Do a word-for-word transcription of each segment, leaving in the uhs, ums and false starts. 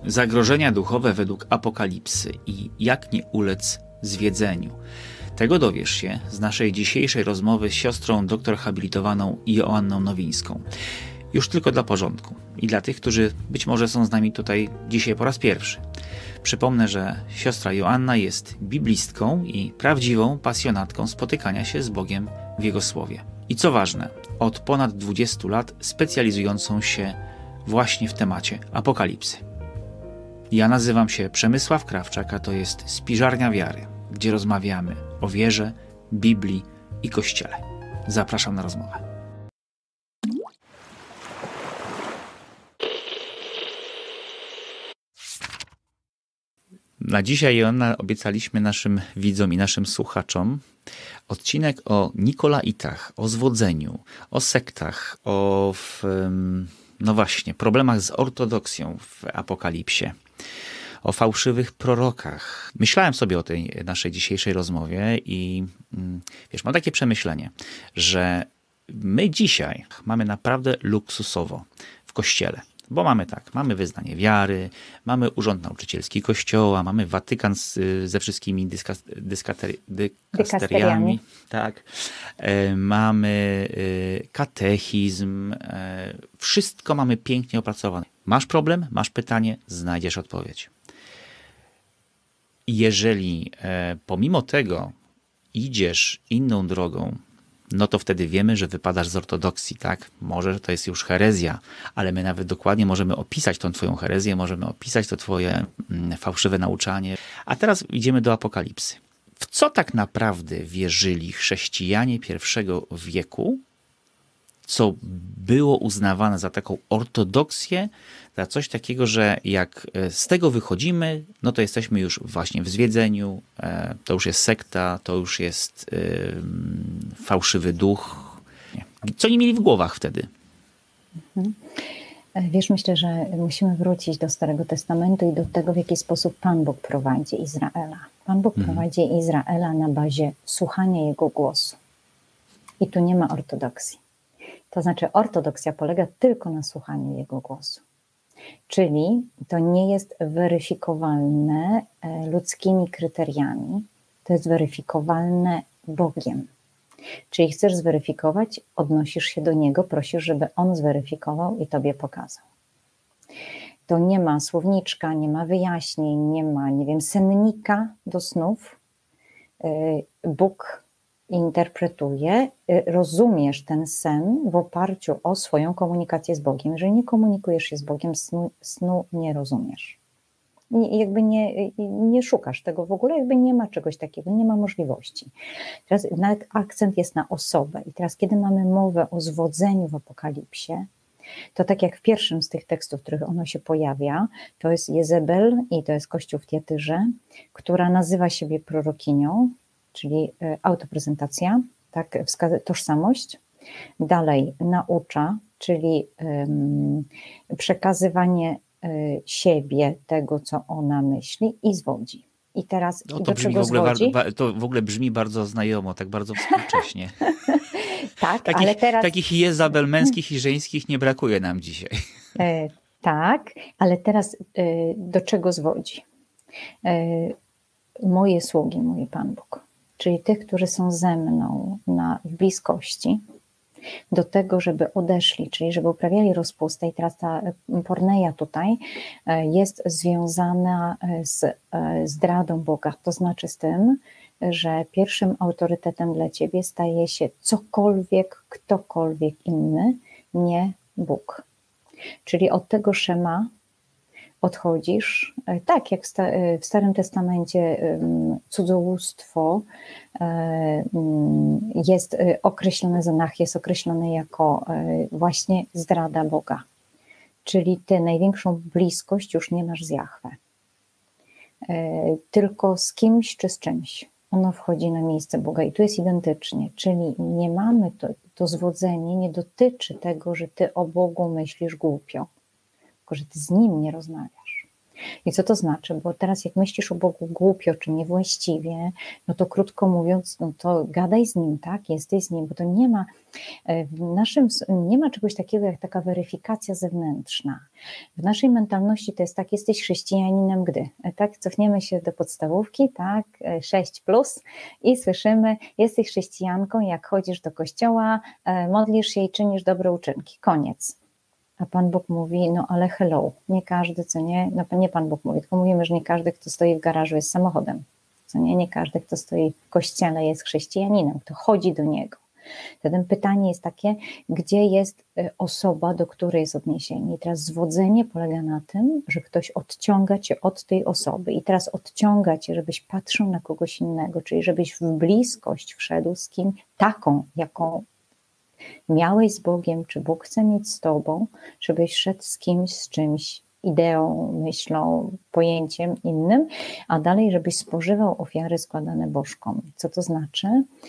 Zagrożenia duchowe według Apokalipsy i jak nie ulec zwiedzeniu. Tego dowiesz się z naszej dzisiejszej rozmowy z siostrą doktor habilitowaną Joanną Nowińską. Już tylko dla porządku i dla tych, którzy być może są z nami tutaj dzisiaj po raz pierwszy. Przypomnę, że siostra Joanna jest biblistką i prawdziwą pasjonatką spotykania się z Bogiem w Jego Słowie. I co ważne, od ponad dwudziestu lat specjalizującą się właśnie w temacie Apokalipsy. Ja nazywam się Przemysław Krawczak, a to jest Spiżarnia Wiary, gdzie rozmawiamy o wierze, Biblii i Kościele. Zapraszam na rozmowę. Na dzisiaj, Joanna, obiecaliśmy naszym widzom i naszym słuchaczom odcinek o Nikolaitach, o zwodzeniu, o sektach, o w, no właśnie, problemach z ortodoksją w Apokalipsie, o fałszywych prorokach. Myślałem sobie o tej naszej dzisiejszej rozmowie i wiesz, mam takie przemyślenie, że my dzisiaj mamy naprawdę luksusowo w Kościele. Bo mamy tak, mamy wyznanie wiary, mamy urząd nauczycielski Kościoła, mamy Watykan z, ze wszystkimi dyska, dyskateri, dykasteriami, tak. E, mamy e, katechizm, e, wszystko mamy pięknie opracowane. Masz problem, masz pytanie, znajdziesz odpowiedź. Jeżeli e, pomimo tego idziesz inną drogą, no to wtedy wiemy, że wypadasz z ortodoksji, tak? Może to jest już herezja, ale my nawet dokładnie możemy opisać tą twoją herezję, możemy opisać to twoje mm, fałszywe nauczanie. A teraz idziemy do Apokalipsy. W co tak naprawdę wierzyli chrześcijanie pierwszego wieku, co było uznawane za taką ortodoksję, za coś takiego, że jak z tego wychodzimy, no to jesteśmy już właśnie w zwiedzeniu, to już jest sekta, to już jest yy, fałszywy duch. Co oni mieli w głowach wtedy? Mhm. Wiesz, myślę, że musimy wrócić do Starego Testamentu i do tego, w jaki sposób Pan Bóg prowadzi Izraela. Pan Bóg mhm. prowadzi Izraela na bazie słuchania Jego głosu. I tu nie ma ortodoksji. To znaczy ortodoksja polega tylko na słuchaniu Jego głosu. Czyli to nie jest weryfikowalne ludzkimi kryteriami, to jest weryfikowalne Bogiem. Czyli chcesz zweryfikować, odnosisz się do Niego, prosisz, żeby On zweryfikował i Tobie pokazał. To nie ma słowniczka, nie ma wyjaśnień, nie ma, nie wiem, sennika do snów. Bóg interpretuje, rozumiesz ten sen w oparciu o swoją komunikację z Bogiem. Jeżeli nie komunikujesz się z Bogiem, snu, snu nie rozumiesz. I jakby nie, nie szukasz tego w ogóle, jakby nie ma czegoś takiego, nie ma możliwości. Teraz nawet akcent jest na osobę. I teraz, kiedy mamy mowę o zwodzeniu w Apokalipsie, to tak jak w pierwszym z tych tekstów, w których ono się pojawia, to jest Jezebel i to jest kościół w Tiatyrze, która nazywa siebie prorokinią, czyli autoprezentacja, tak, tożsamość. Dalej naucza, czyli um, przekazywanie y, siebie, tego, co ona myśli i zwodzi. I teraz no, to, do brzmi czego w ogóle zwodzi? Bar, to w ogóle brzmi bardzo znajomo, tak bardzo współcześnie. tak, takich, ale teraz... Takich Jezabel męskich i żeńskich nie brakuje nam dzisiaj. E, tak, ale teraz e, do czego zwodzi? E, moje sługi, mówi Pan Bóg, czyli tych, którzy są ze mną na, w bliskości, do tego, żeby odeszli, czyli żeby uprawiali rozpustę. I teraz ta porneia tutaj jest związana z zdradą Boga, to znaczy z tym, że pierwszym autorytetem dla ciebie staje się cokolwiek, ktokolwiek inny, nie Bóg. Czyli od tego szema odchodzisz, tak jak w Starym Testamencie cudzołóstwo jest określone, Zanach jest określone jako właśnie zdrada Boga. Czyli ty największą bliskość już nie masz z Jahwe. Tylko z kimś czy z czymś. Ono wchodzi na miejsce Boga i tu jest identycznie. Czyli nie mamy, to, to zwodzenie nie dotyczy tego, że ty o Bogu myślisz głupio, tylko że ty z Nim nie rozmawiasz. I co to znaczy? Bo teraz jak myślisz o Bogu głupio czy niewłaściwie, no to krótko mówiąc, no to gadaj z Nim, tak? Jesteś z Nim, bo to nie ma w naszym, nie ma czegoś takiego jak taka weryfikacja zewnętrzna. W naszej mentalności to jest tak, jesteś chrześcijaninem, gdy, tak? Cofniemy się do podstawówki, tak? sześć plus i słyszymy, jesteś chrześcijanką, jak chodzisz do kościoła, modlisz się i czynisz dobre uczynki. Koniec. A Pan Bóg mówi, no ale hello, nie każdy, co nie, no nie Pan Bóg mówi, tylko mówimy, że nie każdy, kto stoi w garażu jest samochodem, co nie, nie każdy, kto stoi w kościele jest chrześcijaninem, kto chodzi do niego. Zatem pytanie jest takie, gdzie jest osoba, do której jest odniesienie. I teraz zwodzenie polega na tym, że ktoś odciąga cię od tej osoby i teraz odciąga cię, żebyś patrzył na kogoś innego, czyli żebyś w bliskość wszedł z kim, taką, jaką miałeś z Bogiem, czy Bóg chce mieć z tobą, żebyś szedł z kimś, z czymś, ideą, myślą, pojęciem innym, a dalej, żebyś spożywał ofiary składane bożkom. Co to znaczy?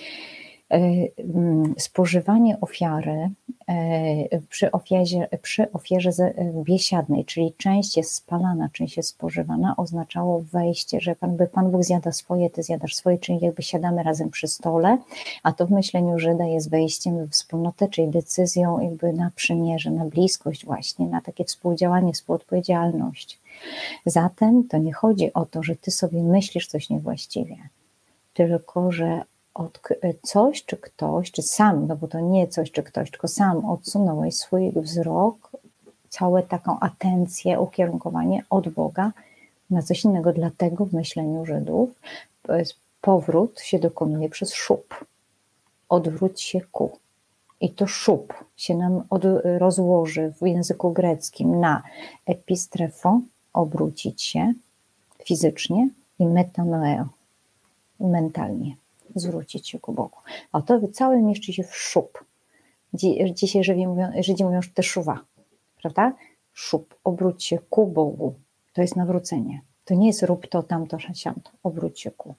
Spożywanie ofiary przy ofierze, przy ofierze biesiadnej, czyli część jest spalana, część jest spożywana, oznaczało wejście, że Pan, Pan Bóg zjada swoje, ty zjadasz swoje, czyli jakby siadamy razem przy stole, a to w myśleniu Żyda jest wejściem w wspólnotę, czyli decyzją jakby na przymierze, na bliskość właśnie, na takie współdziałanie, współodpowiedzialność. Zatem to nie chodzi o to, że ty sobie myślisz coś niewłaściwie, tylko że od coś czy ktoś, czy sam, no bo to nie coś czy ktoś, tylko sam odsunąłeś swój wzrok, całą taką atencję, ukierunkowanie od Boga na coś innego. Dlatego w myśleniu Żydów powrót się dokonuje przez szub. Odwróć się ku. I to szub się nam od, rozłoży w języku greckim na epistrefo, obrócić się fizycznie, i metanoeo, mentalnie. Zwrócić się ku Bogu. A to cały mieszczy się w szub. Dzisiaj Żydzi mówią, Żydzi mówią teszuwa, prawda? Szub, obróć się ku Bogu. To jest nawrócenie. To nie jest rób to, tamto, siamto. Obróć się ku.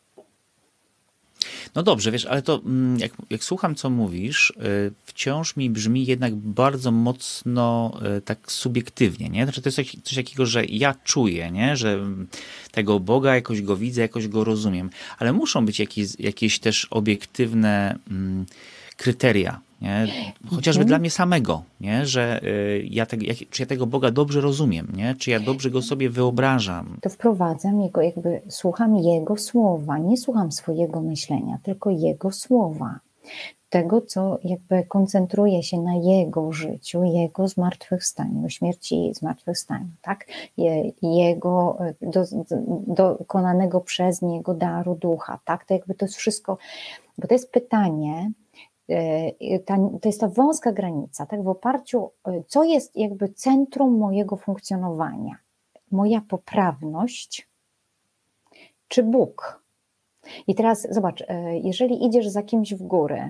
No dobrze, wiesz, ale to jak, jak słucham, co mówisz, wciąż mi brzmi jednak bardzo mocno tak subiektywnie, nie? Znaczy to jest coś, coś takiego, że ja czuję, nie? Że tego Boga jakoś go widzę, jakoś go rozumiem, ale muszą być jakieś, jakieś też obiektywne mm, kryteria, nie? Chociażby mhm. dla mnie samego, nie? Że y, ja te, jak, czy ja tego Boga dobrze rozumiem, nie? Czy ja dobrze go sobie wyobrażam. To wprowadzam jego, jakby słucham Jego słowa, nie słucham swojego myślenia, tylko Jego słowa. Tego, co jakby koncentruje się na Jego życiu, Jego zmartwychwstaniu, śmierci i zmartwychwstaniu, tak? Je, Jego do, dokonanego przez Niego daru ducha, tak? To jakby to jest wszystko, bo to jest pytanie, Ta, to jest ta wąska granica, tak, w oparciu, co jest jakby centrum mojego funkcjonowania, moja poprawność czy Bóg. I teraz zobacz, jeżeli idziesz za kimś w górę,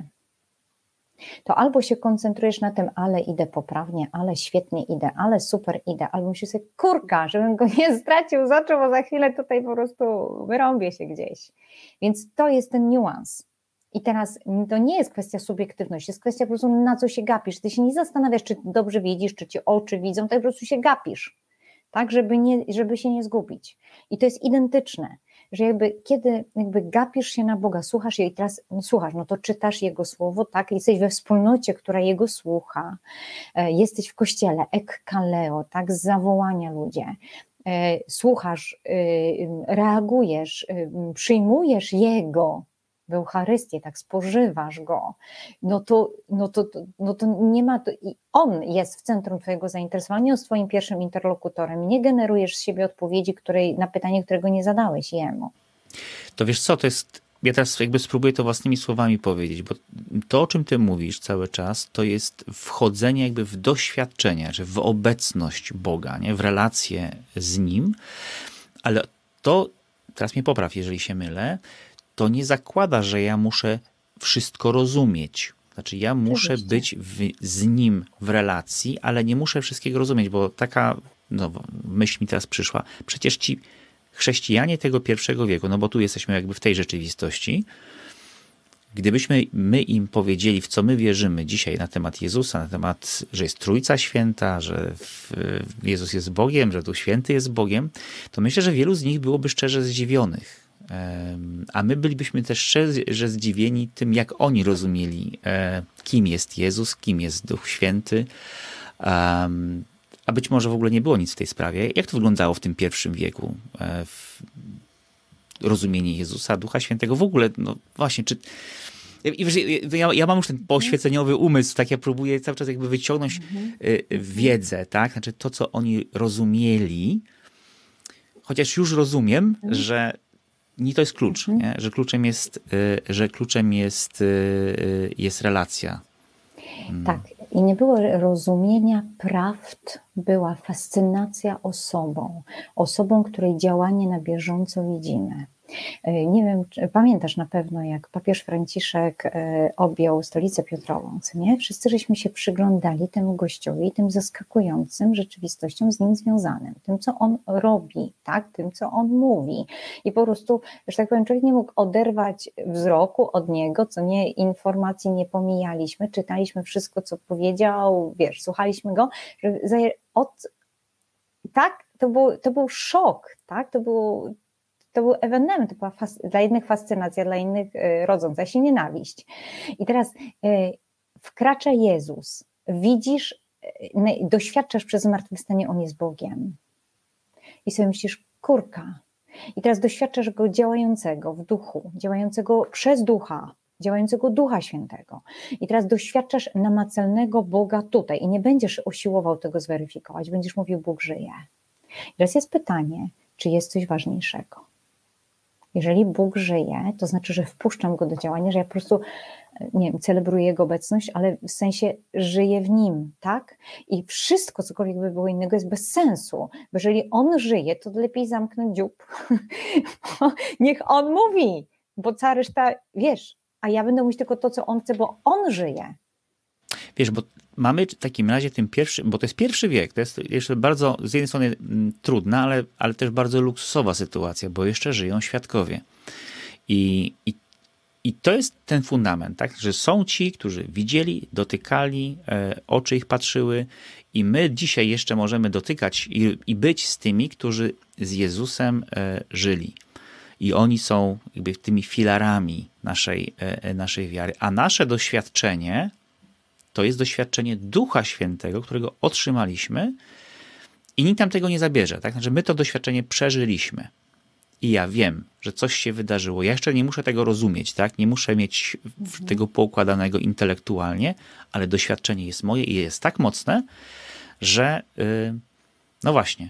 to albo się koncentrujesz na tym, ale idę poprawnie, ale świetnie idę, ale super idę, albo myślisz sobie, kurka, żebym go nie stracił z oczu, bo za chwilę tutaj po prostu wyrąbię się gdzieś. Więc to jest ten niuans. I teraz to nie jest kwestia subiektywności, jest kwestia po prostu na co się gapisz. Ty się nie zastanawiasz, czy dobrze widzisz, czy ci oczy widzą, tak po prostu się gapisz, tak, żeby, nie, żeby się nie zgubić. I to jest identyczne, że jakby kiedy jakby gapisz się na Boga, słuchasz jej i teraz no słuchasz, no to czytasz Jego słowo, tak, jesteś we wspólnocie, która Jego słucha, jesteś w kościele, ek kaleo, tak, z zawołania ludzie, słuchasz, reagujesz, przyjmujesz Jego w Eucharystię, tak spożywasz Go, no to, no to, no to nie ma, to, i On jest w centrum twojego zainteresowania, jest twoim pierwszym interlokutorem, nie generujesz z siebie odpowiedzi, której, na pytanie, którego nie zadałeś Jemu. To wiesz co, to jest, ja teraz jakby spróbuję to własnymi słowami powiedzieć, bo to, o czym ty mówisz cały czas, to jest wchodzenie jakby w doświadczenie, że w obecność Boga, nie? W relację z Nim, ale to, teraz mnie popraw, jeżeli się mylę, to nie zakłada, że ja muszę wszystko rozumieć. Znaczy ja muszę Oczywiście. być w, z Nim w relacji, ale nie muszę wszystkiego rozumieć, bo taka no, myśl mi teraz przyszła. Przecież ci chrześcijanie tego pierwszego wieku, no bo tu jesteśmy jakby w tej rzeczywistości, gdybyśmy my im powiedzieli, w co my wierzymy dzisiaj na temat Jezusa, na temat, że jest Trójca Święta, że Jezus jest Bogiem, że Duch Święty jest Bogiem, to myślę, że wielu z nich byłoby szczerze zdziwionych. A my bylibyśmy też szczerze zdziwieni tym, jak oni rozumieli, kim jest Jezus, kim jest Duch Święty. A być może w ogóle nie było nic w tej sprawie. Jak to wyglądało w tym pierwszym wieku? Rozumienie Jezusa, Ducha Świętego w ogóle, no właśnie, czy... Ja, ja mam już ten poświeceniowy umysł, tak, ja próbuję cały czas jakby wyciągnąć mhm. wiedzę, tak, znaczy to, co oni rozumieli, chociaż już rozumiem, mhm. że nie to jest klucz, mhm. nie? Że kluczem jest, że kluczem jest, jest relacja. Tak, i nie było rozumienia prawd, była fascynacja osobą, osobą, której działanie na bieżąco widzimy. Nie wiem, czy pamiętasz na pewno, jak papież Franciszek objął Stolicę Piotrową, co nie? Wszyscy żeśmy się przyglądali temu gościowi, tym zaskakującym rzeczywistościom z nim związanym, tym, co on robi, tak? Tym, co on mówi. I po prostu, że tak powiem, człowiek nie mógł oderwać wzroku od niego, co nie, informacji nie pomijaliśmy, czytaliśmy wszystko, co powiedział, wiesz, słuchaliśmy go, że od... tak, to był, to był szok, tak? To był To był ewenement, to była fas- dla jednych fascynacja, dla innych y, rodząca się nienawiść. I teraz y, wkracza Jezus, widzisz, y, doświadczasz przez zmartwychwstanie, On jest Bogiem. I sobie myślisz, kurka. I teraz doświadczasz Go działającego w duchu, działającego przez ducha, działającego Ducha Świętego. I teraz doświadczasz namacalnego Boga tutaj i nie będziesz usiłował tego zweryfikować, będziesz mówił, Bóg żyje. I teraz jest pytanie, czy jest coś ważniejszego? Jeżeli Bóg żyje, to znaczy, że wpuszczam Go do działania, że ja po prostu, nie wiem, celebruję Jego obecność, ale w sensie żyję w Nim, tak? I wszystko, cokolwiek by było innego, jest bez sensu, bo jeżeli On żyje, to lepiej zamknąć dziób. Niech On mówi, bo cała reszta, wiesz, a ja będę mówić tylko to, co On chce, bo On żyje. Wiesz, bo mamy w takim razie tym pierwszym, bo to jest pierwszy wiek, to jest jeszcze bardzo, z jednej strony trudna, ale, ale też bardzo luksusowa sytuacja, bo jeszcze żyją świadkowie. I, i, i to jest ten fundament, tak, że są ci, którzy widzieli, dotykali, e, oczy ich patrzyły i my dzisiaj jeszcze możemy dotykać i, i być z tymi, którzy z Jezusem e, żyli. I oni są jakby tymi filarami naszej, e, naszej wiary. A nasze doświadczenie to jest doświadczenie Ducha Świętego, którego otrzymaliśmy i nikt nam tego nie zabierze. Tak? Znaczy my to doświadczenie przeżyliśmy. I ja wiem, że coś się wydarzyło. Ja jeszcze nie muszę tego rozumieć, tak? Nie muszę mieć mhm. tego poukładanego intelektualnie, ale doświadczenie jest moje i jest tak mocne, że yy, no właśnie,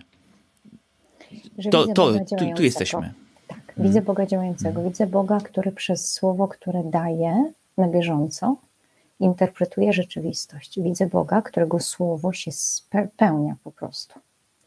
że to, to, tu, tu jesteśmy. Tak, hmm. widzę Boga działającego. Hmm. Widzę Boga, który przez słowo, które daje na bieżąco, interpretuje rzeczywistość. Widzę Boga, którego słowo się spełnia po prostu.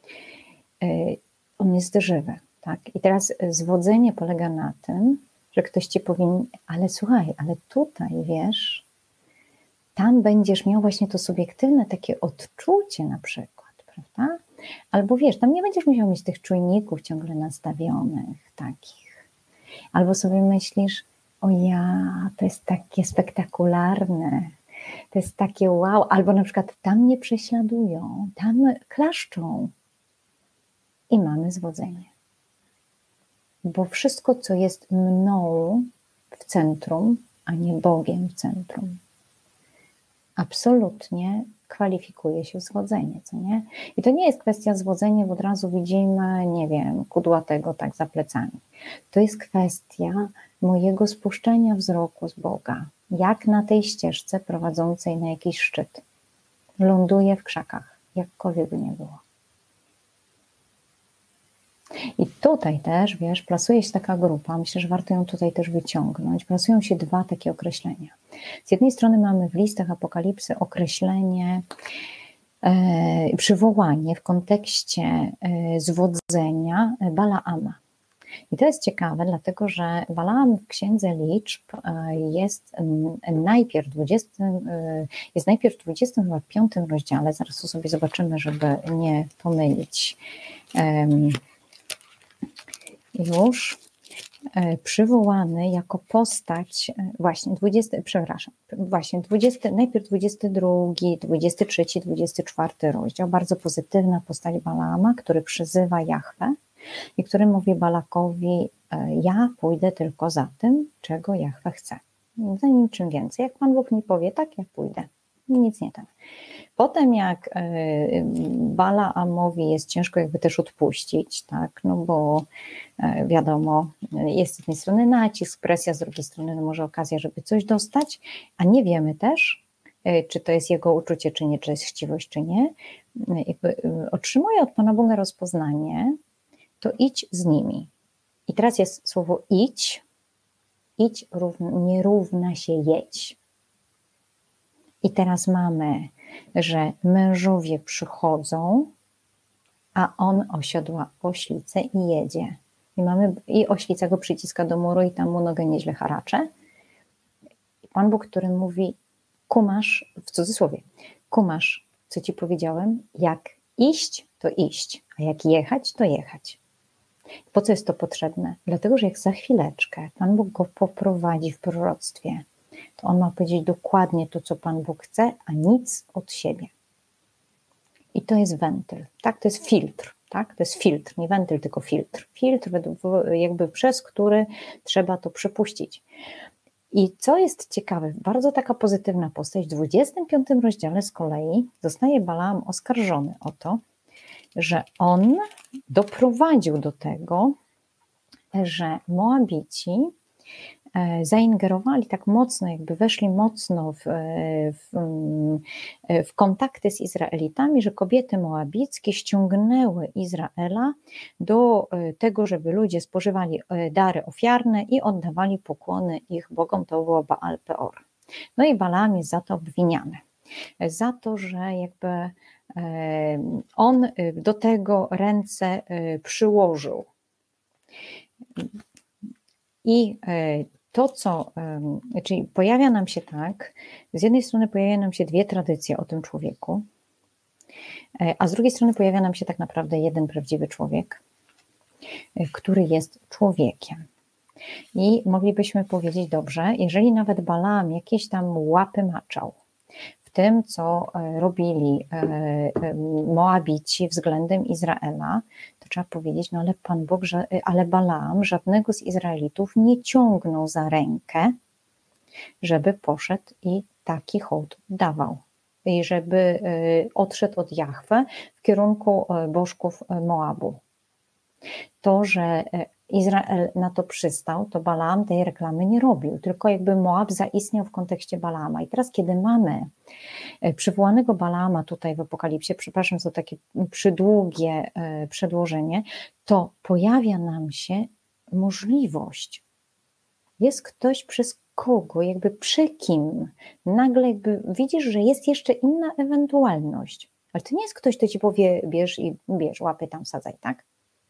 On jest żywy. Tak? I teraz zwodzenie polega na tym, że ktoś ci powinien, ale słuchaj, ale tutaj wiesz, tam będziesz miał właśnie to subiektywne takie odczucie na przykład, prawda? Albo wiesz, tam nie będziesz musiał mieć tych czujników ciągle nastawionych takich. Albo sobie myślisz, o ja, to jest takie spektakularne, to jest takie wow, albo na przykład tam mnie prześladują, tam klaszczą i mamy zwodzenie. Bo wszystko, co jest mną w centrum, a nie Bogiem w centrum, absolutnie kwalifikuje się w zwodzenie, co nie? I to nie jest kwestia zwodzenia, bo od razu widzimy, nie wiem, kudłatego tak za plecami. To jest kwestia mojego spuszczenia wzroku z Boga, jak na tej ścieżce prowadzącej na jakiś szczyt. Ląduję w krzakach, jakkolwiek by nie było. I tutaj też, wiesz, plasuje się taka grupa, myślę, że warto ją tutaj też wyciągnąć, plasują się dwa takie określenia. Z jednej strony mamy w listach Apokalipsy określenie, e, przywołanie w kontekście e, zwodzenia Balaama. I to jest ciekawe, dlatego że Balaam w Księdze Liczb jest najpierw, dwudziestym, jest najpierw w dwudziestym piątym rozdziale, zaraz to sobie zobaczymy, żeby nie pomylić. Już. przywołany jako postać właśnie dwudziesty, przepraszam, właśnie dwudziesty, najpierw dwudziesty drugi, dwudziesty trzeci, dwudziesty czwarty rozdział, bardzo pozytywna postać Balaama, który przyzywa Jahwe i który mówi Balakowi: ja pójdę tylko za tym, czego Jahwe chce. Za niczym więcej. Jak Pan Bóg mi powie, tak, ja pójdę. Nic nie tam. Potem jak Balaamowi jest ciężko jakby też odpuścić, tak, no bo wiadomo, jest z jednej strony nacisk, presja, z drugiej strony no może okazja, żeby coś dostać, a nie wiemy też, czy to jest jego uczucie, czy nie, czy jest chciwość, czy nie. Jakby otrzymuje od Pana Boga rozpoznanie, to idź z nimi. I teraz jest słowo idź, idź równa, nie równa się jedź. I teraz mamy, że mężowie przychodzą, a on osiodła oślicę i jedzie. I mamy, i oślica go przyciska do muru i tam mu nogę nieźle haracze. I Pan Bóg, który mówi: kumasz, w cudzysłowie, kumasz, co ci powiedziałem, jak iść, to iść, a jak jechać, to jechać. Po co jest to potrzebne? Dlatego, że jak za chwileczkę Pan Bóg go poprowadzi w proroctwie, to on ma powiedzieć dokładnie to, co Pan Bóg chce, a nic od siebie. I to jest wentyl, tak? To jest filtr, tak? To jest filtr, nie wentyl, tylko filtr. Filtr, jakby przez który trzeba to przepuścić. I co jest ciekawe, bardzo taka pozytywna postać, w dwudziestym piątym rozdziale z kolei zostaje Balaam oskarżony o to, że on doprowadził do tego, że Moabici zaingerowali tak mocno, jakby weszli mocno w, w, w kontakty z Izraelitami, że kobiety moabickie ściągnęły Izraela do tego, żeby ludzie spożywali dary ofiarne i oddawali pokłony ich bogom, to było Baal Peor. No i Balaam jest za to obwiniany. Za to, że jakby on do tego ręce przyłożył. I to, co, czyli pojawia nam się tak, z jednej strony pojawia nam się dwie tradycje o tym człowieku, a z drugiej strony pojawia nam się tak naprawdę jeden prawdziwy człowiek, który jest człowiekiem. I moglibyśmy powiedzieć, dobrze, jeżeli nawet Balaam jakieś tam łapy maczał w tym, co robili Moabici względem Izraela, to trzeba powiedzieć, no ale Pan Bóg, ale Balaam żadnego z Izraelitów nie ciągnął za rękę, żeby poszedł i taki hołd dawał. I żeby odszedł od Jahwe w kierunku bożków Moabu. To, że Izrael na to przystał, to Balaam tej reklamy nie robił, tylko jakby Moab zaistniał w kontekście Balaama. I teraz, kiedy mamy przywołanego Balaama tutaj w Apokalipsie, przepraszam za takie przydługie przedłożenie, to pojawia nam się możliwość. Jest ktoś, przez kogo, jakby przy kim nagle jakby widzisz, że jest jeszcze inna ewentualność. Ale to nie jest ktoś, kto ci powie, bierz i bierz, łapy tam wsadzaj, tak?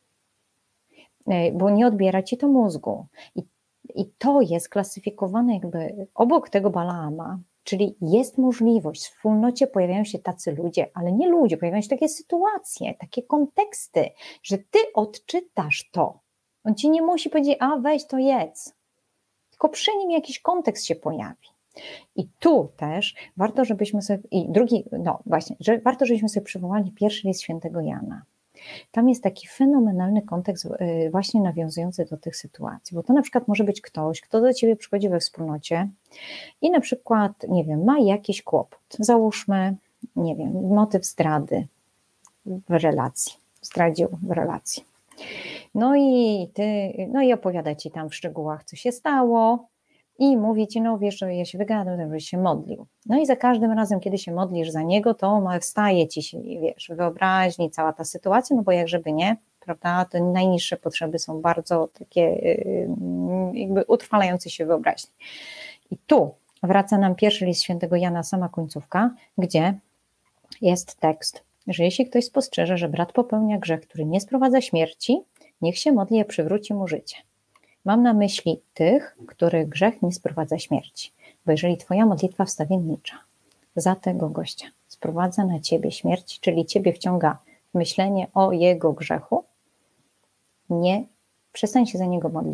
Bo nie odbiera ci to mózgu. I, i to jest klasyfikowane jakby obok tego Balaama, czyli jest możliwość, w wspólnocie pojawiają się tacy ludzie, ale nie ludzie, pojawiają się takie sytuacje, takie konteksty, że ty odczytasz to. On ci nie musi powiedzieć, a weź to jedz, tylko przy nim jakiś kontekst się pojawi. I tu też warto, żebyśmy sobie, i drugi, no właśnie, że warto, żebyśmy sobie przywołali pierwszy list świętego Jana. Tam jest taki fenomenalny kontekst właśnie nawiązujący do tych sytuacji, bo to na przykład może być ktoś, kto do ciebie przychodzi we wspólnocie i na przykład, nie wiem, ma jakiś kłopot. Załóżmy, nie wiem, motyw zdrady w relacji, zdradził w relacji. No i ty, no i opowiada ci tam w szczegółach, co się stało i mówi ci, no wiesz, że ja się wygadam, że się modlił. No i za każdym razem, kiedy się modlisz za niego, to wstaje ci się, wiesz, wyobraźni cała ta sytuacja, no bo jak żeby nie, prawda, te najniższe potrzeby są bardzo takie jakby utrwalające się wyobraźni. I tu wraca nam pierwszy list świętego Jana, sama końcówka, gdzie jest tekst, że jeśli ktoś spostrzeże, że brat popełnia grzech, który nie sprowadza śmierci, niech się modli, a przywróci mu życie. Mam na myśli tych, których grzech nie sprowadza śmierci. Bo jeżeli twoja modlitwa wstawiennicza za tego gościa sprowadza na ciebie śmierć, czyli ciebie wciąga w myślenie o jego grzechu, nie przestań się za niego modlić.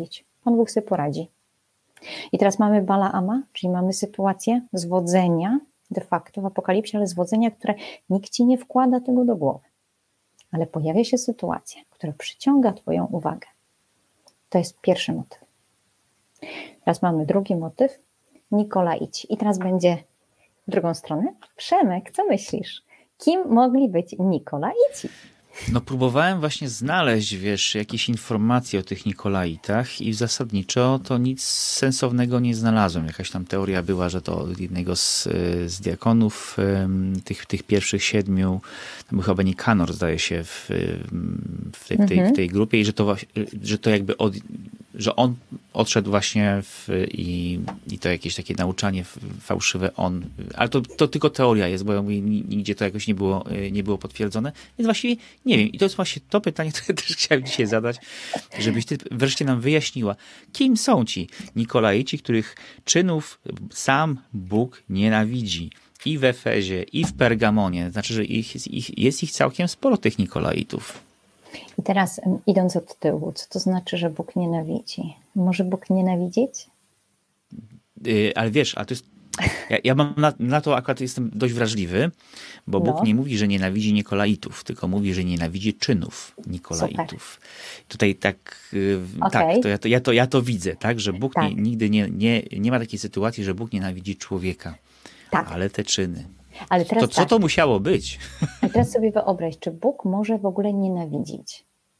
Pan Bóg sobie poradzi. I teraz mamy Balaama, czyli mamy sytuację zwodzenia, de facto w Apokalipsie, ale zwodzenia, które nikt ci nie wkłada tego do głowy. Ale pojawia się sytuacja, która przyciąga twoją uwagę. To jest pierwszy motyw. Teraz mamy drugi motyw, Nikolaici. I teraz będzie w drugą stronę. Przemek, co myślisz? Kim mogli być Nikolaici? No próbowałem właśnie znaleźć, wiesz, jakieś informacje o tych Nikolaitach i zasadniczo to nic sensownego nie znalazłem. Jakaś tam teoria była, że to od jednego z, z diakonów tych, tych pierwszych siedmiu, tam był chyba Nikanor, zdaje się, w, w, tej, w, tej, w tej grupie i że to, że to jakby od, że on odszedł właśnie w, i, i to jakieś takie nauczanie fałszywe on, ale to, to tylko teoria jest, bo ja mówię, nigdzie to jakoś nie było, nie było potwierdzone, więc właściwie nie wiem. I to jest właśnie to pytanie, które też chciałem dzisiaj zadać, żebyś ty wreszcie nam wyjaśniła, kim są ci Nikolaici, których czynów sam Bóg nienawidzi. I w Efezie, i w Pergamonie. Znaczy, że ich, ich, jest ich całkiem sporo, tych Nikolaitów. I teraz idąc od tyłu, co to znaczy, że Bóg nienawidzi? Może Bóg nienawidzieć? Yy, ale wiesz, a to jest Ja, ja mam na, na to akurat jestem dość wrażliwy, bo Bóg no. nie mówi, że nienawidzi Nikolaitów, tylko mówi, że nienawidzi czynów Nikolaitów. Super. Tutaj tak, okay. tak to ja, to, ja, to, ja to widzę, tak, że Bóg tak. Nie, nigdy nie, nie, nie ma takiej sytuacji, że Bóg nienawidzi człowieka, tak. ale te czyny. Ale teraz to, co tak. to musiało być? A teraz sobie wyobraź, czy Bóg może w ogóle nienawidzić?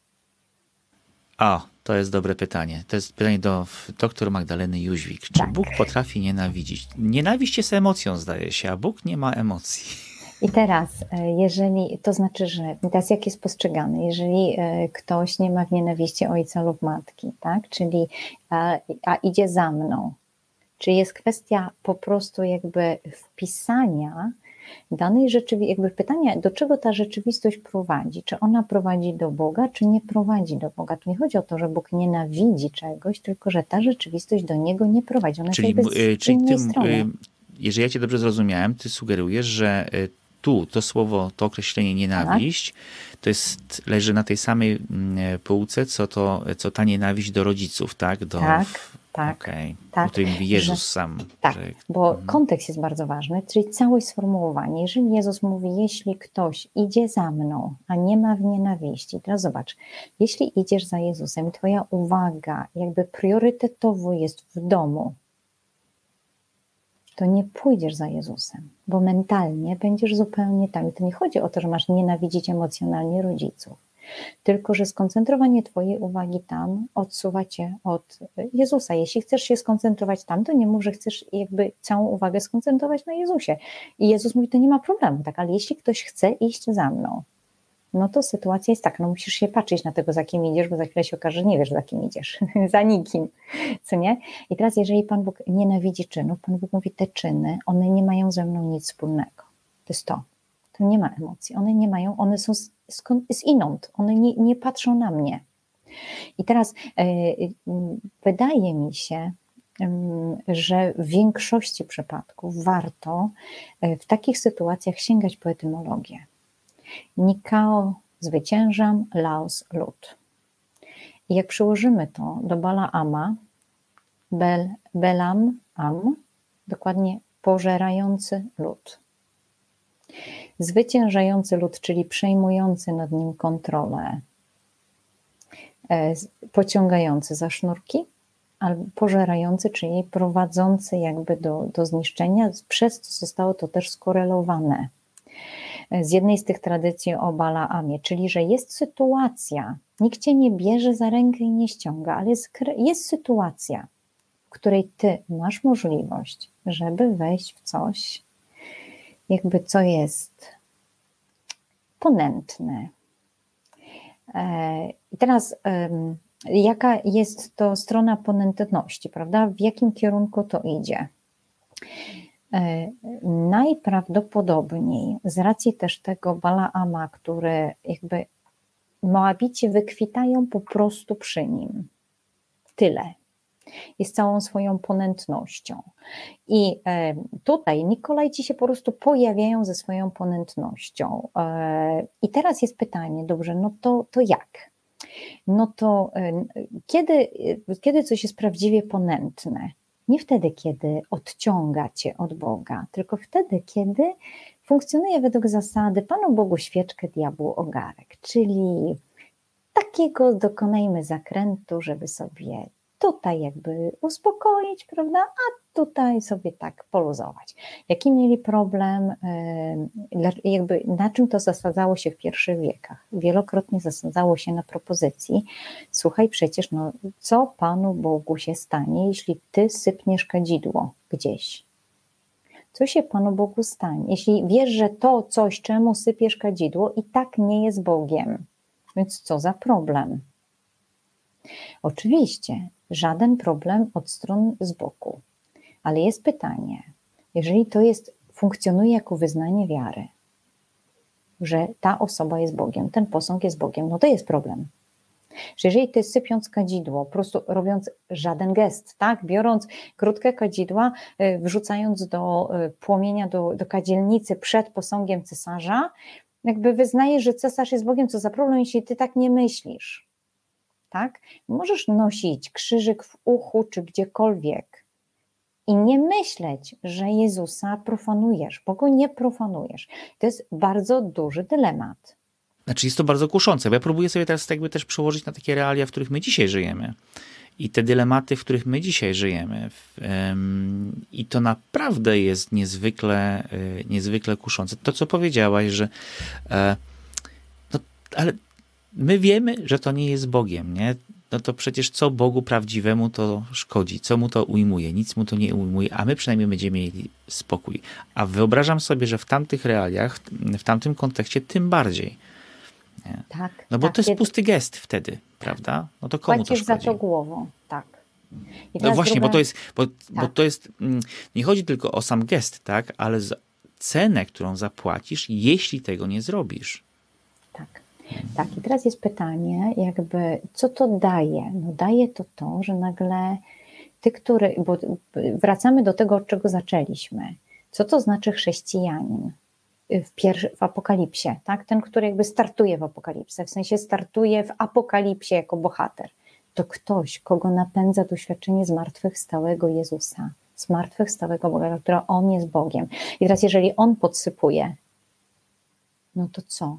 A, to jest dobre pytanie. To jest pytanie do doktor Magdaleny Jóźwik. Czy tak. Bóg potrafi nienawidzić? Nienawiść jest emocją, zdaje się, a Bóg nie ma emocji. I teraz, jeżeli, to znaczy, że teraz jak jest postrzegany, jeżeli ktoś nie ma w nienawiści ojca lub matki, tak, czyli a, a idzie za mną, czy jest kwestia po prostu jakby wpisania danej rzeczywistości, jakby pytania, do czego ta rzeczywistość prowadzi? Czy ona prowadzi do Boga, czy nie prowadzi do Boga? Tu nie chodzi o to, że Bóg nienawidzi czegoś, tylko że ta rzeczywistość do Niego nie prowadzi. Ona czyli jest jakby z czyli ty, strony. Jeżeli ja Cię dobrze zrozumiałem, Ty sugerujesz, że tu to słowo, to określenie nienawiść, tak. to jest, leży na tej samej półce, co, to, co ta nienawiść do rodziców, tak? Do, tak. Tak, okay. tak. O którym mówi Jezus że, sam. Tak, że... bo mhm. kontekst jest bardzo ważny, czyli całość sformułowanie. Jeżeli Jezus mówi, jeśli ktoś idzie za mną, a nie ma w nienawiści, teraz zobacz, jeśli idziesz za Jezusem i twoja uwaga jakby priorytetowo jest w domu, to nie pójdziesz za Jezusem, bo mentalnie będziesz zupełnie tam. I to nie chodzi o to, że masz nienawidzić emocjonalnie rodziców, tylko że skoncentrowanie twojej uwagi tam odsuwa cię od Jezusa. Jeśli chcesz się skoncentrować tam, to nie mów, że chcesz jakby całą uwagę skoncentrować na Jezusie. I Jezus mówi, to nie ma problemu, tak, ale jeśli ktoś chce iść za mną, no to sytuacja jest taka, no musisz się patrzeć na tego, za kim idziesz, bo za chwilę się okaże, że nie wiesz, za kim idziesz, za nikim, co nie? I teraz, jeżeli Pan Bóg nienawidzi czynów, Pan Bóg mówi, te czyny, one nie mają ze mną nic wspólnego. To jest to. To nie ma emocji, one nie mają, one są z, z inąd, one nie, nie patrzą na mnie. I teraz yy, wydaje mi się, yy, że w większości przypadków warto yy, w takich sytuacjach sięgać po etymologię. Nikao zwyciężam, laos lud. I jak przyłożymy to do Balaama, bel, belam am, dokładnie pożerający lud. Zwyciężający lud, czyli przejmujący nad nim kontrolę, pociągający za sznurki, albo pożerający, czyli prowadzący jakby do, do zniszczenia, przez co zostało to też skorelowane z jednej z tych tradycji o Balaamie, czyli że jest sytuacja, nikt cię nie bierze za rękę i nie ściąga, ale jest, jest sytuacja, w której ty masz możliwość, żeby wejść w coś, jakby co jest ponętne. I teraz jaka jest to strona ponętności, prawda? W jakim kierunku to idzie? Najprawdopodobniej z racji też tego Balaama, który jakby Moabici wykwitają po prostu przy nim. Tyle. I z całą swoją ponętnością. I tutaj Nikolajci się po prostu pojawiają ze swoją ponętnością. I teraz jest pytanie, dobrze, no to, to jak? no to kiedy, kiedy coś jest prawdziwie ponętne? Nie wtedy, kiedy odciąga cię od Boga, tylko wtedy, kiedy funkcjonuje według zasady Panu Bogu świeczkę, diabłu ogarek, czyli takiego dokonajmy zakrętu, żeby sobie tutaj jakby uspokoić, prawda, a tutaj sobie tak poluzować. Jaki mieli problem, jakby na czym to zasadzało się w pierwszych wiekach? Wielokrotnie zasadzało się na propozycji, słuchaj, przecież no, co Panu Bogu się stanie, jeśli ty sypniesz kadzidło gdzieś? Co się Panu Bogu stanie? Jeśli wiesz, że to coś, czemu sypiesz kadzidło, i tak nie jest Bogiem, więc co za problem? Oczywiście żaden problem od stron z boku, ale jest pytanie, jeżeli to jest, funkcjonuje jako wyznanie wiary, że ta osoba jest Bogiem, ten posąg jest Bogiem, no to jest problem. Że jeżeli ty sypiąc kadzidło, po prostu robiąc żaden gest, tak, biorąc krótkie kadzidła, wrzucając do płomienia, do, do kadzielnicy przed posągiem cesarza, jakby wyznajesz, że cesarz jest Bogiem, co za problem, jeśli ty tak nie myślisz. Tak? Możesz nosić krzyżyk w uchu czy gdziekolwiek i nie myśleć, że Jezusa profanujesz, bo go nie profanujesz. To jest bardzo duży dylemat. Znaczy jest to bardzo kuszące, bo ja próbuję sobie teraz jakby też przełożyć na takie realia, w których my dzisiaj żyjemy. I te dylematy, w których my dzisiaj żyjemy. I to naprawdę jest niezwykle, niezwykle kuszące. To, co powiedziałaś, że no, ale my wiemy, że to nie jest Bogiem, nie? No to przecież co Bogu prawdziwemu to szkodzi, co mu to ujmuje, nic mu to nie ujmuje, a my przynajmniej będziemy mieli spokój. A wyobrażam sobie, że w tamtych realiach, w tamtym kontekście tym bardziej. Nie? Tak. No bo tak, to jest kiedy... pusty gest wtedy, prawda? No to komu Płacisz to szkodzi? za to głową, tak. No właśnie, druga... bo to jest, bo, tak. bo to jest, nie chodzi tylko o sam gest, tak, ale za cenę, którą zapłacisz, jeśli tego nie zrobisz. Tak. Tak, i teraz jest pytanie, jakby, co to daje? No daje to to, że nagle ty, który, bo wracamy do tego, od czego zaczęliśmy. Co to znaczy chrześcijanin w, pierwszy, w apokalipsie, tak? Ten, który jakby startuje w apokalipsie, w sensie startuje w apokalipsie jako bohater. To ktoś, kogo napędza doświadczenie zmartwychwstałego Jezusa, zmartwychwstałego Boga, która On jest Bogiem. I teraz jeżeli On podsypuje, no to co?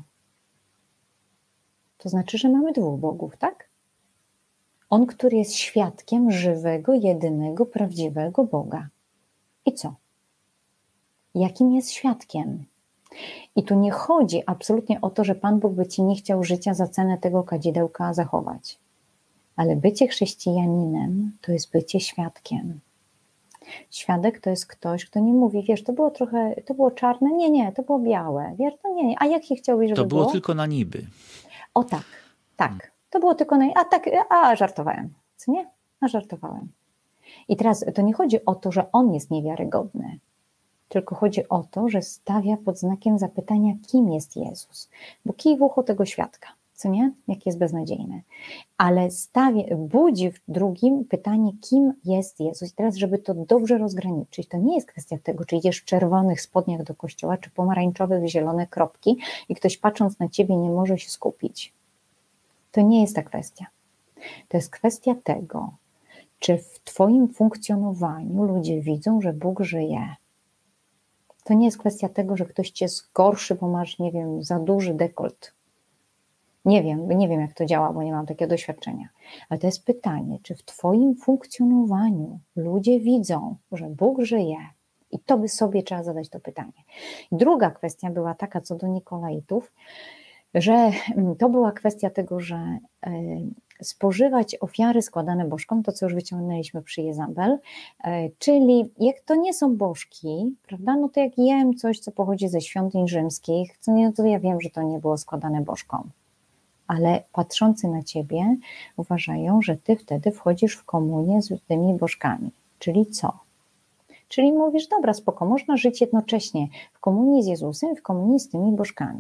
To znaczy, że mamy dwóch bogów, tak? On, który jest świadkiem żywego, jedynego, prawdziwego Boga. I co? Jakim jest świadkiem? I tu nie chodzi absolutnie o to, że Pan Bóg by ci nie chciał życia za cenę tego kadzidełka zachować. Ale bycie chrześcijaninem to jest bycie świadkiem. Świadek to jest ktoś, kto nie mówi, wiesz, to było trochę, to było czarne, nie, nie, to było białe, wiesz, to nie, nie. A jakie chciałbyś, żeby było? To było było? tylko na niby. O tak, tak. To było tylko na... A tak, a żartowałem. Co nie? A żartowałem. I teraz to nie chodzi o to, że on jest niewiarygodny, tylko chodzi o to, że stawia pod znakiem zapytania, kim jest Jezus. Bo kij w ucho tego świadka, co nie? Jak jest beznadziejny. Ale stawia, budzi w drugim pytanie, kim jest Jezus. I teraz, żeby to dobrze rozgraniczyć, to nie jest kwestia tego, czy idziesz w czerwonych spodniach do kościoła, czy pomarańczowych, zielone kropki i ktoś patrząc na ciebie nie może się skupić. To nie jest ta kwestia. To jest kwestia tego, czy w twoim funkcjonowaniu ludzie widzą, że Bóg żyje. To nie jest kwestia tego, że ktoś cię zgorszy, bo masz, nie wiem, za duży dekolt. Nie wiem, nie wiem jak to działa, bo nie mam takiego doświadczenia. Ale to jest pytanie, czy w twoim funkcjonowaniu ludzie widzą, że Bóg żyje. I to by sobie trzeba zadać to pytanie. Druga kwestia była taka co do Nikolaitów, że to była kwestia tego, że spożywać ofiary składane bożkom, to co już wyciągnęliśmy przy Jezabel, czyli jak to nie są bożki, prawda, no to jak jem coś, co pochodzi ze świątyń rzymskich, co nie, to ja wiem, że to nie było składane bożkom. Ale patrzący na ciebie uważają, że ty wtedy wchodzisz w komunię z tymi bożkami. Czyli co? Czyli mówisz, dobra, spoko, można żyć jednocześnie w komunii z Jezusem i w komunii z tymi bożkami.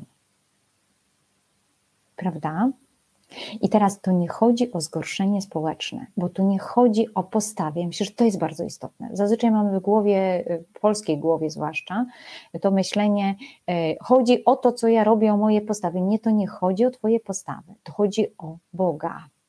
Prawda? I teraz to nie chodzi o zgorszenie społeczne, bo tu nie chodzi o postawę. Myślę, że to jest bardzo istotne. Zazwyczaj mamy w głowie, w polskiej głowie zwłaszcza, to myślenie, chodzi o to, co ja robię, o moje postawy. Nie, to nie chodzi o twoje postawy, to chodzi o Boga.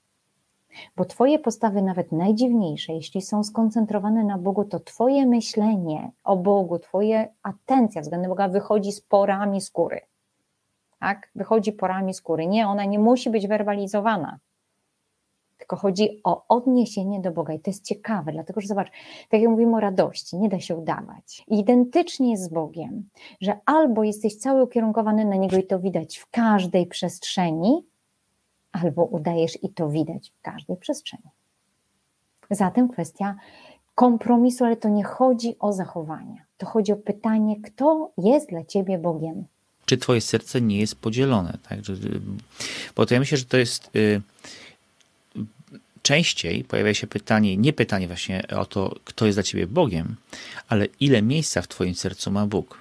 Bo twoje postawy, nawet najdziwniejsze, jeśli są skoncentrowane na Bogu, to twoje myślenie o Bogu, twoja atencja względem Boga wychodzi z porami skóry. Tak? Wychodzi porami skóry. Nie, ona nie musi być werbalizowana. Tylko chodzi o odniesienie do Boga i to jest ciekawe, dlatego że zobacz, tak jak mówimy o radości, nie da się udawać. Identycznie jest z Bogiem, że albo jesteś cały ukierunkowany na Niego i to widać w każdej przestrzeni, albo udajesz i to widać w każdej przestrzeni. Zatem kwestia kompromisu, ale to nie chodzi o zachowania. To chodzi o pytanie, kto jest dla ciebie Bogiem. Czy twoje serce nie jest podzielone? Tak? Bo to ja myślę, że to jest... Yy... Częściej pojawia się pytanie, nie pytanie właśnie o to, kto jest dla ciebie Bogiem, ale ile miejsca w twoim sercu ma Bóg.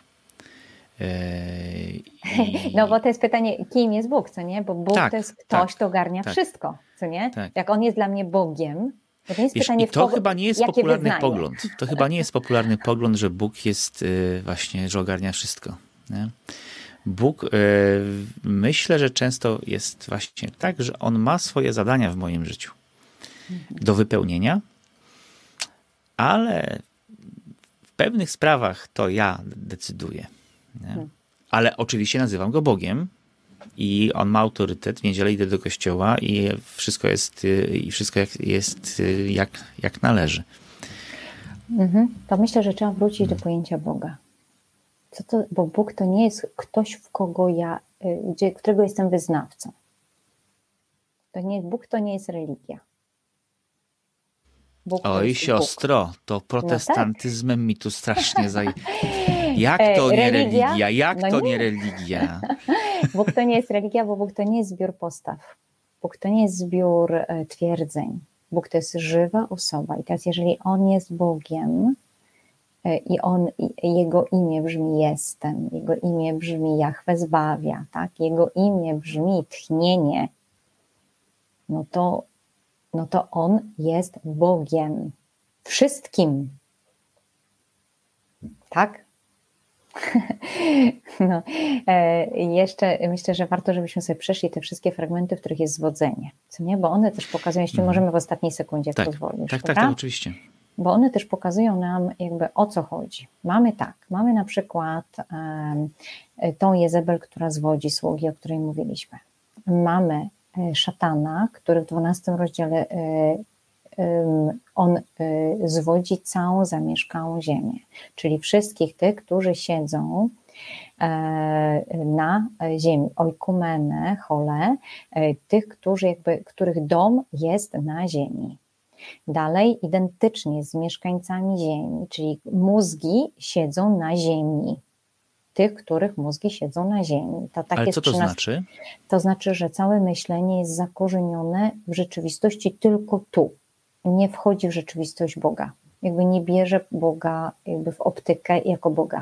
I... No bo to jest pytanie, kim jest Bóg, co nie? Bo Bóg tak, to jest ktoś, tak, kto ogarnia tak, wszystko, co nie? Tak. Jak On jest dla mnie Bogiem, to nie jest Wiesz, pytanie, i to kogo, chyba nie jest popularny wyznanie. pogląd. To chyba nie jest popularny pogląd, że Bóg jest właśnie, że ogarnia wszystko. Nie? Bóg, myślę, że często jest właśnie tak, że On ma swoje zadania w moim życiu do wypełnienia, ale w pewnych sprawach to ja decyduję. Nie? Ale oczywiście nazywam Go Bogiem i On ma autorytet. W niedzielę idę do kościoła i wszystko jest, i wszystko jest jak, jak należy. Mhm. To myślę, że trzeba wrócić do pojęcia Boga. Co to, bo Bóg to nie jest ktoś, w kogo ja, gdzie, którego jestem wyznawcą. To nie, Bóg to nie jest religia. Bóg Oj, siostro, Bóg. To protestantyzmem no tak. mi tu strasznie zaj... Jak to nie religia? religia? Jak no to nie. nie religia? Bóg to nie jest religia, bo Bóg to nie jest zbiór postaw. Bóg to nie jest zbiór e, twierdzeń. Bóg to jest żywa osoba. I teraz jeżeli On jest Bogiem e, i on, i, Jego imię brzmi jestem, Jego imię brzmi Jahwe zbawia, tak? Jego imię brzmi tchnienie, no to no to On jest Bogiem. Wszystkim. Tak? No, e, jeszcze myślę, że warto, żebyśmy sobie przeszli te wszystkie fragmenty, w których jest zwodzenie. Co nie? Bo one też pokazują, jeśli mm. możemy w ostatniej sekundzie, jak tak, pozwolisz. Tak, tak, tak, oczywiście. Bo one też pokazują nam jakby o co chodzi. Mamy tak, mamy na przykład um, tą Jezebel, która zwodzi sługi, o której mówiliśmy. Mamy szatana, który w dwunastym rozdziale on zwodzi całą zamieszkałą ziemię, czyli wszystkich tych, którzy siedzą na ziemi, oikumenę, chole, tych, którzy jakby, których dom jest na ziemi. Dalej identycznie z mieszkańcami ziemi, czyli mózgi siedzą na ziemi. Tych, których mózgi siedzą na ziemi. To tak Ale jest co to nas... znaczy? To znaczy, że całe myślenie jest zakorzenione w rzeczywistości tylko tu. Nie wchodzi w rzeczywistość Boga. Jakby nie bierze Boga jakby w optykę jako Boga.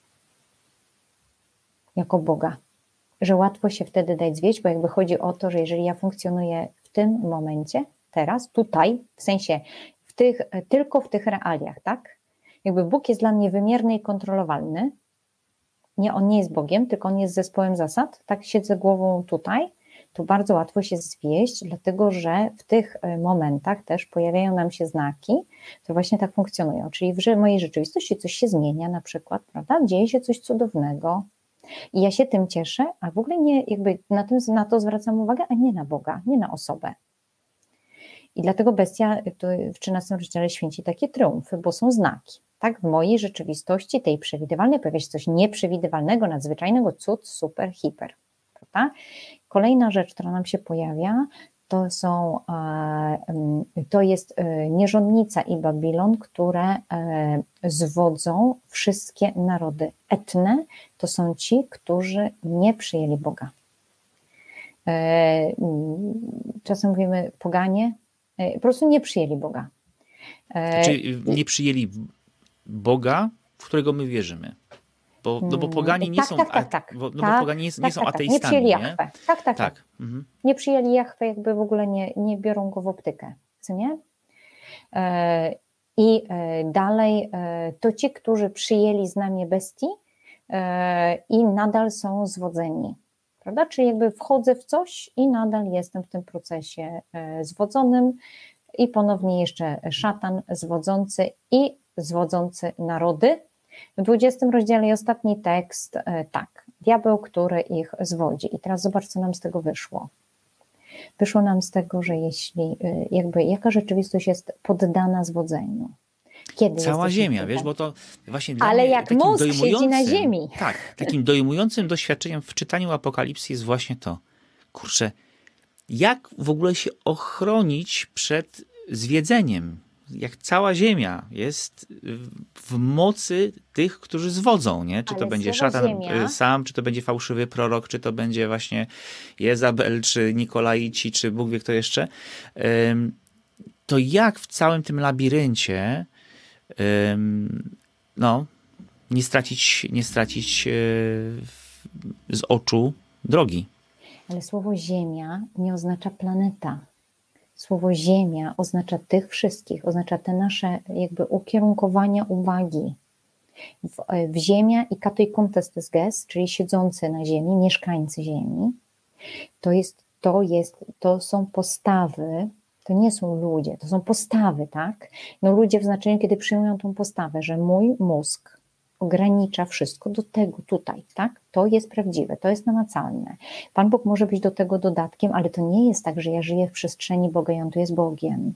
Jako Boga. Że łatwo się wtedy dać zwieść, bo jakby chodzi o to, że jeżeli ja funkcjonuję w tym momencie, teraz, tutaj, w sensie w tych, tylko w tych realiach, tak? Jakby Bóg jest dla mnie wymierny i kontrolowalny. Nie, On nie jest Bogiem, tylko On jest zespołem zasad. Tak siedzę głową tutaj, to bardzo łatwo się zwieść, dlatego że w tych momentach też pojawiają nam się znaki, które właśnie tak funkcjonują. Czyli w mojej rzeczywistości coś się zmienia na przykład, prawda? Dzieje się coś cudownego i ja się tym cieszę, a w ogóle nie jakby na, tym, na to zwracam uwagę, a nie na Boga, nie na osobę. I dlatego bestia w trzynastym rozdziale święci takie triumfy, bo są znaki. Tak, w mojej rzeczywistości, tej przewidywalnej, pojawia się coś nieprzewidywalnego, nadzwyczajnego, cud, super, hiper. Prawda? Kolejna rzecz, która nam się pojawia, to są, to jest nierządnica i Babilon, które zwodzą wszystkie narody. Etne to są ci, którzy nie przyjęli Boga. Czasem mówimy poganie, po prostu nie przyjęli Boga. Czyli nie przyjęli Boga, w którego my wierzymy. Bo, no bo pogani nie tak, są, tak, tak, tak. bo, no tak, bo pogani nie, tak, nie są tak, ateistami. Nie przyjęli nie? Jahwe. Tak, tak, tak. tak. Mhm. Nie przyjęli Jahwe, jakby w ogóle nie, nie biorą go w optykę. Co nie? E, I e, dalej e, to ci, którzy przyjęli znamię bestii e, i nadal są zwodzeni. prawda? Czyli jakby wchodzę w coś i nadal jestem w tym procesie zwodzonym i ponownie jeszcze szatan zwodzący i zwodzący narody. W dwudziestym rozdziale i ostatni tekst, tak, diabeł, który ich zwodzi. I teraz zobacz, co nam z tego wyszło. Wyszło nam z tego, że jeśli, jakby, jaka rzeczywistość jest poddana zwodzeniu. Kiedy Cała ziemia, wiesz, bo to właśnie dla Ale mnie jak takim mózg siedzi na ziemi. Tak, takim dojmującym doświadczeniem w czytaniu Apokalipsy jest właśnie to, kurczę, jak w ogóle się ochronić przed zwiedzeniem, jak cała ziemia jest w mocy tych, którzy zwodzą, nie? Czy Ale to będzie słowo szatan ziemia... sam, czy to będzie fałszywy prorok, czy to będzie właśnie Jezabel, czy Nikolaici, czy Bóg wie kto jeszcze. To jak w całym tym labiryncie no, nie stracić, nie stracić z oczu drogi. Ale słowo ziemia nie oznacza planeta. Słowo ziemia oznacza tych wszystkich, oznacza te nasze jakby ukierunkowania uwagi. W, w ziemia i katoi contestes ges, czyli siedzący na ziemi, mieszkańcy ziemi, to jest, to jest, to są postawy, to nie są ludzie, to są postawy, tak? No ludzie w znaczeniu, kiedy przyjmują tą postawę, że mój mózg ogranicza wszystko do tego tutaj, tak? To jest prawdziwe, to jest namacalne. Pan Bóg może być do tego dodatkiem, ale to nie jest tak, że ja żyję w przestrzeni Boga i On tu jest Bogiem.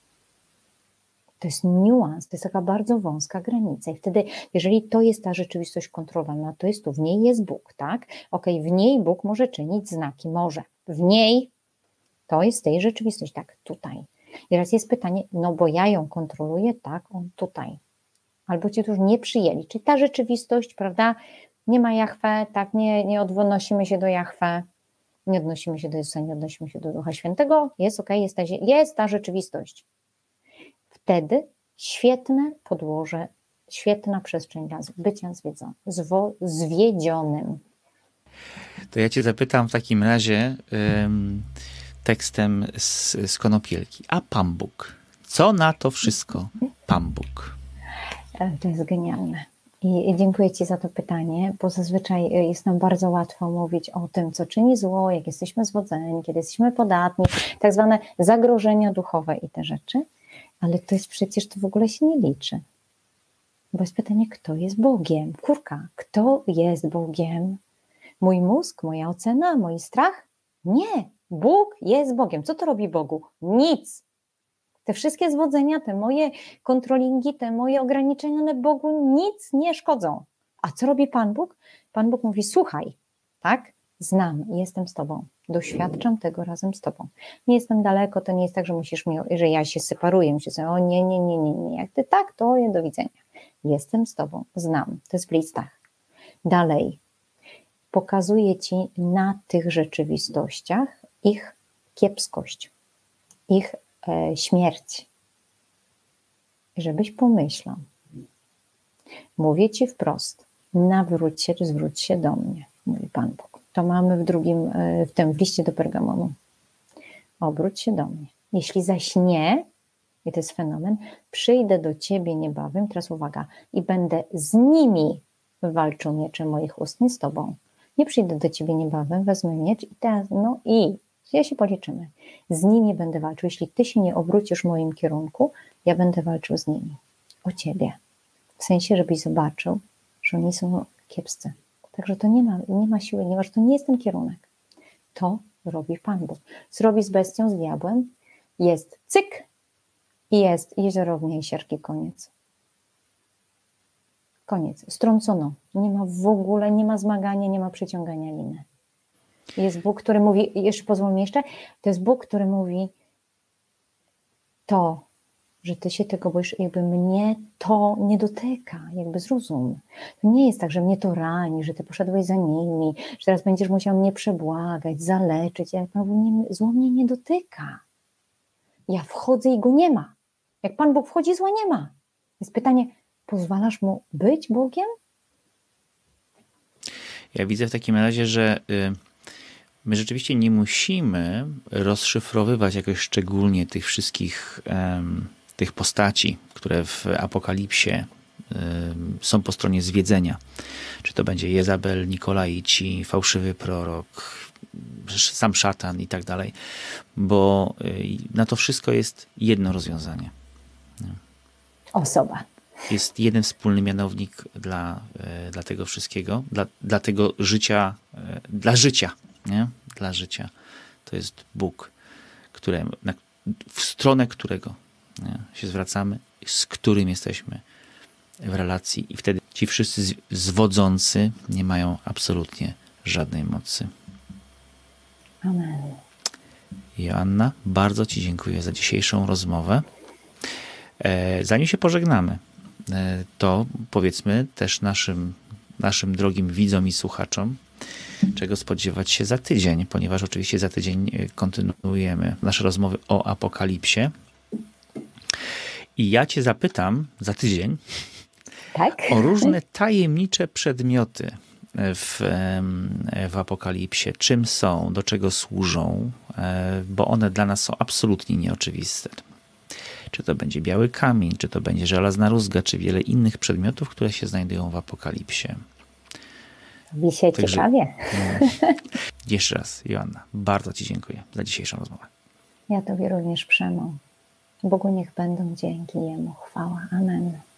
To jest niuans, to jest taka bardzo wąska granica i wtedy, jeżeli to jest ta rzeczywistość kontrolowana, to jest tu, w niej jest Bóg, tak? Okej, okay, w niej Bóg może czynić znaki, może. W niej to jest tej rzeczywistość, tak, tutaj. I teraz jest pytanie, no bo ja ją kontroluję, tak, on tutaj. Albo cię tu już nie przyjęli. Czyli ta rzeczywistość, prawda, nie ma Jahwe, tak, nie, nie odnosimy się do Jahwe, nie odnosimy się do Jezusa, nie odnosimy się do Ducha Świętego, jest okej, okay, jest, ta, jest ta rzeczywistość. Wtedy świetne podłoże, świetna przestrzeń dla bycia zwiedzon, zwo, zwiedzionym. To ja cię zapytam w takim razie um, tekstem z, z Konopielki. A Pan Bóg, co na to wszystko Pan Bóg? To jest genialne. I dziękuję Ci za to pytanie, bo zazwyczaj jest nam bardzo łatwo mówić o tym, co czyni zło, jak jesteśmy zwodzeni, kiedy jesteśmy podatni, tak zwane zagrożenia duchowe i te rzeczy, ale to jest przecież, to w ogóle się nie liczy. Bo jest pytanie, kto jest Bogiem? Kurka, kto jest Bogiem? Mój mózg, moja ocena, mój strach? Nie, Bóg jest Bogiem. Co to robi Bogu? Nic. Te wszystkie zwodzenia, te moje kontrolingi, te moje ograniczenia, one Bogu nic nie szkodzą. A co robi Pan Bóg? Pan Bóg mówi, słuchaj, tak, znam, jestem z Tobą, doświadczam tego razem z Tobą. Nie jestem daleko, to nie jest tak, że musisz mi, że ja się separuję, muszę sobie, o nie, nie, nie, nie, nie, jak Ty tak, to je do widzenia. Jestem z Tobą, znam, to jest w listach. Dalej, pokazuję Ci na tych rzeczywistościach ich kiepskość, ich e, śmierć. Żebyś pomyślał. Mówię Ci wprost, nawróć się, zwróć się do mnie, mówi Pan Bóg. To mamy w drugim, e, w tym w liście do Pergamonu. Obróć się do mnie. Jeśli zaś nie, i to jest fenomen, przyjdę do Ciebie niebawem, teraz uwaga, i będę z nimi walczył mieczem moich ust, nie z Tobą. Nie przyjdę do Ciebie niebawem, wezmę miecz i teraz, no i ja się policzymy. Z nimi będę walczył. Jeśli Ty się nie obrócisz w moim kierunku, ja będę walczył z nimi. O Ciebie. W sensie, żebyś zobaczył, że oni są kiepscy. Także to nie ma, nie ma siły, nie ma, że to nie jest ten kierunek. To robi Pan Bóg. Zrobi z bestią, z diabłem, jest cyk i jest jeziorownia i sierki, koniec. Koniec. Strącono. Nie ma w ogóle, nie ma zmagania, nie ma przyciągania liny. Jest Bóg, który mówi, jeszcze pozwól mi jeszcze, to jest Bóg, który mówi to, że Ty się tego boisz, jakby mnie to nie dotyka, jakby zrozum. To nie jest tak, że mnie to rani, że Ty poszedłeś za nimi, że teraz będziesz musiał mnie przebłagać, zaleczyć. Jak Pan Bóg mnie, zło mnie nie dotyka. Ja wchodzę i go nie ma. Jak Pan Bóg wchodzi, zła nie ma. Jest pytanie, pozwalasz mu być Bogiem? Ja widzę w takim razie, że my rzeczywiście nie musimy rozszyfrowywać jakoś szczególnie tych wszystkich um, tych postaci, które w Apokalipsie są po stronie zwiedzenia. Czy to będzie Jezabel, Nikolaici, fałszywy prorok, sam szatan i tak dalej. Bo na to wszystko jest jedno rozwiązanie. Osoba. Jest jeden wspólny mianownik dla, dla tego wszystkiego, dla, dla tego życia, dla życia, nie? Dla życia. To jest Bóg, które, na, w stronę którego nie? się zwracamy, z którym jesteśmy w relacji i wtedy ci wszyscy zwodzący nie mają absolutnie żadnej mocy. Amen. Joanna, bardzo Ci dziękuję za dzisiejszą rozmowę. Zanim się pożegnamy, to powiedzmy też naszym, naszym drogim widzom i słuchaczom, czego spodziewać się za tydzień, ponieważ oczywiście za tydzień kontynuujemy nasze rozmowy o Apokalipsie. I ja Cię zapytam za tydzień tak? o różne tajemnicze przedmioty w, w Apokalipsie. Czym są, do czego służą, bo one dla nas są absolutnie nieoczywiste. Czy to będzie biały kamień, czy to będzie żelazna rózga, czy wiele innych przedmiotów, które się znajdują w Apokalipsie. Robi się Także, ciekawie. Jeszcze raz, Joanna, bardzo Ci dziękuję za dzisiejszą rozmowę. Ja Tobie również, Przemo. Bogu niech będą dzięki Jemu chwała. Amen.